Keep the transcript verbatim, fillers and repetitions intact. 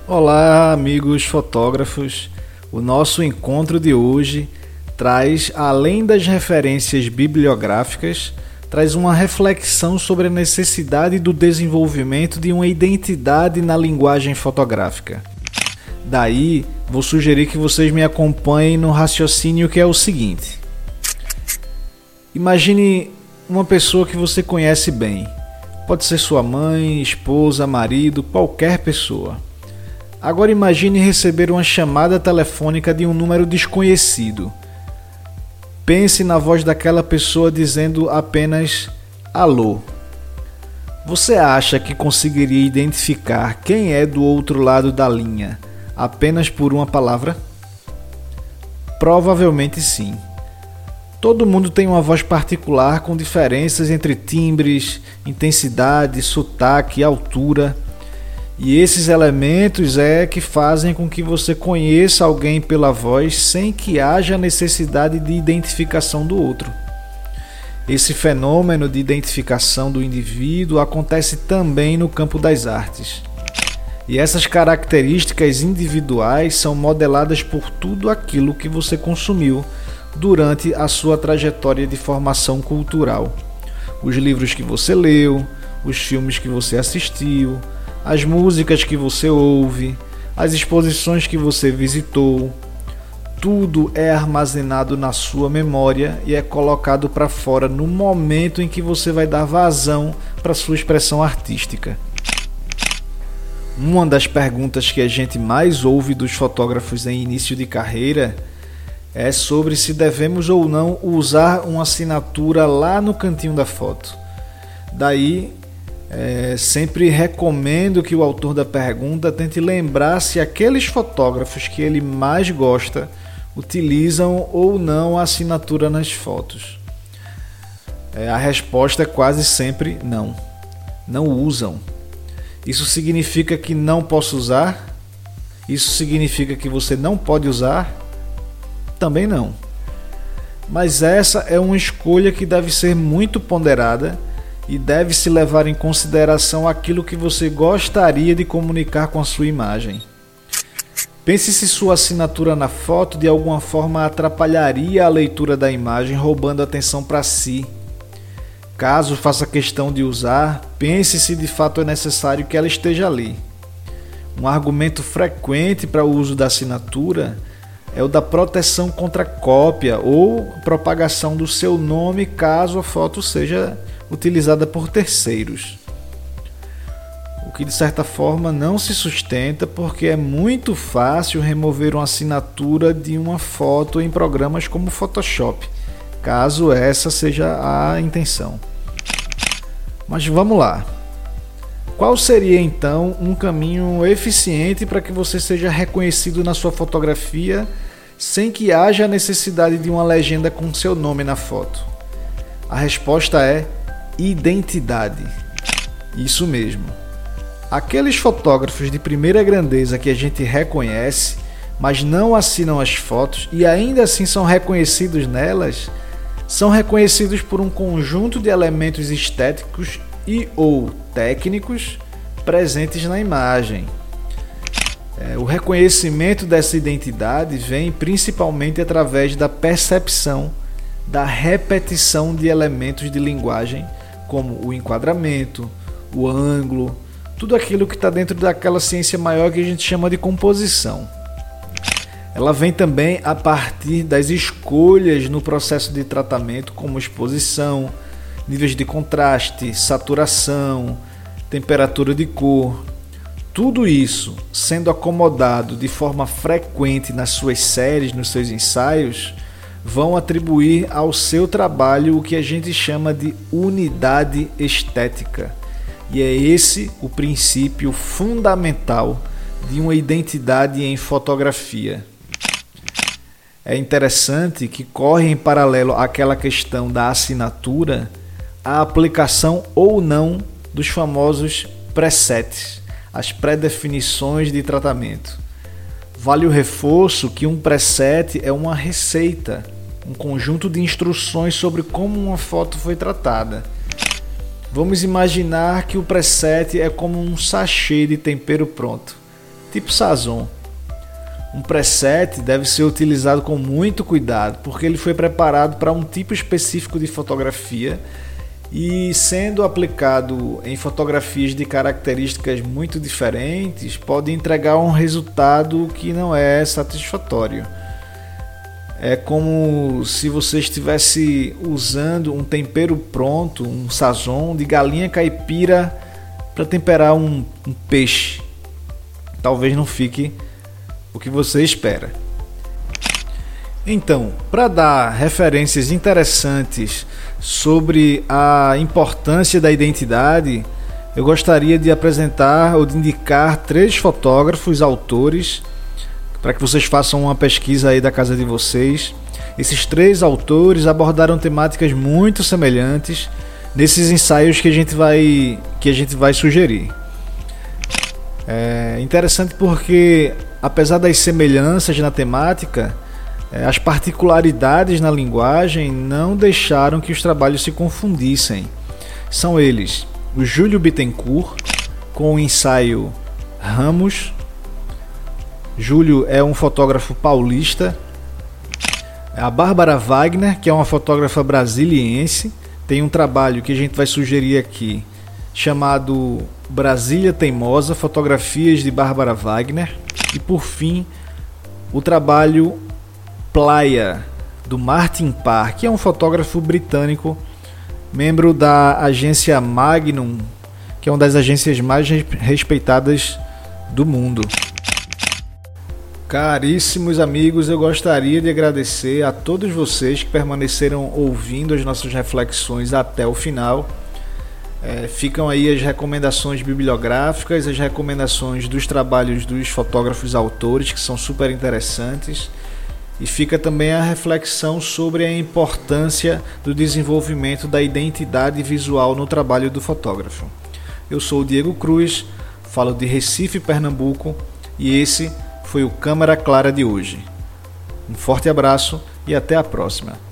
Olá, amigos fotógrafos. O nosso encontro de hoje traz, além das referências bibliográficas, traz uma reflexão sobre a necessidade do desenvolvimento de uma identidade na linguagem fotográfica. Daí, vou sugerir que vocês me acompanhem no raciocínio que é o seguinte. Imagine uma pessoa que você conhece bem. Pode ser sua mãe, esposa, marido, qualquer pessoa. Agora imagine receber uma chamada telefônica de um número desconhecido. Pense na voz daquela pessoa dizendo apenas alô. Você acha que conseguiria identificar quem é do outro lado da linha apenas por uma palavra? Provavelmente sim. Todo mundo tem uma voz particular com diferenças entre timbres, intensidade, sotaque e altura. E esses elementos é que fazem com que você conheça alguém pela voz sem que haja necessidade de identificação do outro. Esse fenômeno de identificação do indivíduo acontece também no campo das artes. E essas características individuais são modeladas por tudo aquilo que você consumiu durante a sua trajetória de formação cultural. Os livros que você leu, os filmes que você assistiu, as músicas que você ouve, as exposições que você visitou, tudo é armazenado na sua memória e é colocado para fora no momento em que você vai dar vazão para sua expressão artística. Uma das perguntas que a gente mais ouve dos fotógrafos em início de carreira é sobre se devemos ou não usar uma assinatura lá no cantinho da foto. Daí, É, sempre recomendo que o autor da pergunta tente lembrar se aqueles fotógrafos que ele mais gosta utilizam ou não a assinatura nas fotos. É, a resposta é quase sempre não. Não usam. Isso significa que não posso usar? Isso significa que você não pode usar? Também não. Mas essa é uma escolha que deve ser muito ponderada e deve-se levar em consideração aquilo que você gostaria de comunicar com a sua imagem. Pense se sua assinatura na foto de alguma forma atrapalharia a leitura da imagem, roubando a atenção para si. Caso faça questão de usar, pense se de fato é necessário que ela esteja ali. Um argumento frequente para o uso da assinatura é o da proteção contra cópia ou propagação do seu nome caso a foto seja utilizada por terceiros. O que de certa forma não se sustenta porque é muito fácil remover uma assinatura de uma foto em programas como Photoshop, caso essa seja a intenção. Mas vamos lá. Qual seria então um caminho eficiente para que você seja reconhecido na sua fotografia sem que haja a necessidade de uma legenda com seu nome na foto? A resposta é identidade. Isso mesmo. Aqueles fotógrafos de primeira grandeza que a gente reconhece, mas não assinam as fotos e ainda assim são reconhecidos nelas, são reconhecidos por um conjunto de elementos estéticos e ou técnicos presentes na imagem. É, o reconhecimento dessa identidade vem principalmente através da percepção da repetição de elementos de linguagem, como o enquadramento, o ângulo, tudo aquilo que está dentro daquela ciência maior que a gente chama de composição. Ela vem também a partir das escolhas no processo de tratamento, como exposição, níveis de contraste, saturação, temperatura de cor. Tudo isso sendo acomodado de forma frequente nas suas séries, nos seus ensaios, vão atribuir ao seu trabalho o que a gente chama de unidade estética. E é esse o princípio fundamental de uma identidade em fotografia. É interessante que corre em paralelo àquela questão da assinatura a aplicação ou não dos famosos presets, as pré-definições de tratamento. Vale o reforço que um preset é uma receita, um conjunto de instruções sobre como uma foto foi tratada. Vamos imaginar que o preset é como um sachê de tempero pronto, tipo Sazon. Um preset deve ser utilizado com muito cuidado, porque ele foi preparado para um tipo específico de fotografia e, sendo aplicado em fotografias de características muito diferentes, pode entregar um resultado que não é satisfatório. É como se você estivesse usando um tempero pronto, um sazon de galinha caipira para temperar um, um peixe. Talvez não fique o que você espera. Então, para dar referências interessantes sobre a importância da identidade, eu gostaria de apresentar ou de indicar três fotógrafos, autores, para que vocês façam uma pesquisa aí da casa de vocês. Esses três autores abordaram temáticas muito semelhantes nesses ensaios que a gente vai, que a gente vai sugerir. É interessante porque, apesar das semelhanças na temática, as particularidades na linguagem não deixaram que os trabalhos se confundissem. São eles o Júlio Bittencourt, com o ensaio Ramos. Júlio é um fotógrafo paulista. A Bárbara Wagner, que é uma fotógrafa brasiliense, tem um trabalho que a gente vai sugerir aqui, chamado Brasília Teimosa, fotografias de Bárbara Wagner. E por fim, o trabalho Playa, do Martin Parr, que é um fotógrafo britânico, membro da agência Magnum, que é uma das agências mais respeitadas do mundo. Caríssimos amigos, eu gostaria de agradecer a todos vocês que permaneceram ouvindo as nossas reflexões até o final. É, ficam aí as recomendações bibliográficas, as recomendações dos trabalhos dos fotógrafos autores, que são super interessantes, e fica também a reflexão sobre a importância do desenvolvimento da identidade visual no trabalho do fotógrafo. Eu sou o Diego Cruz, falo de Recife, Pernambuco, e esse foi o Câmera Clara de hoje. Um forte abraço e até a próxima.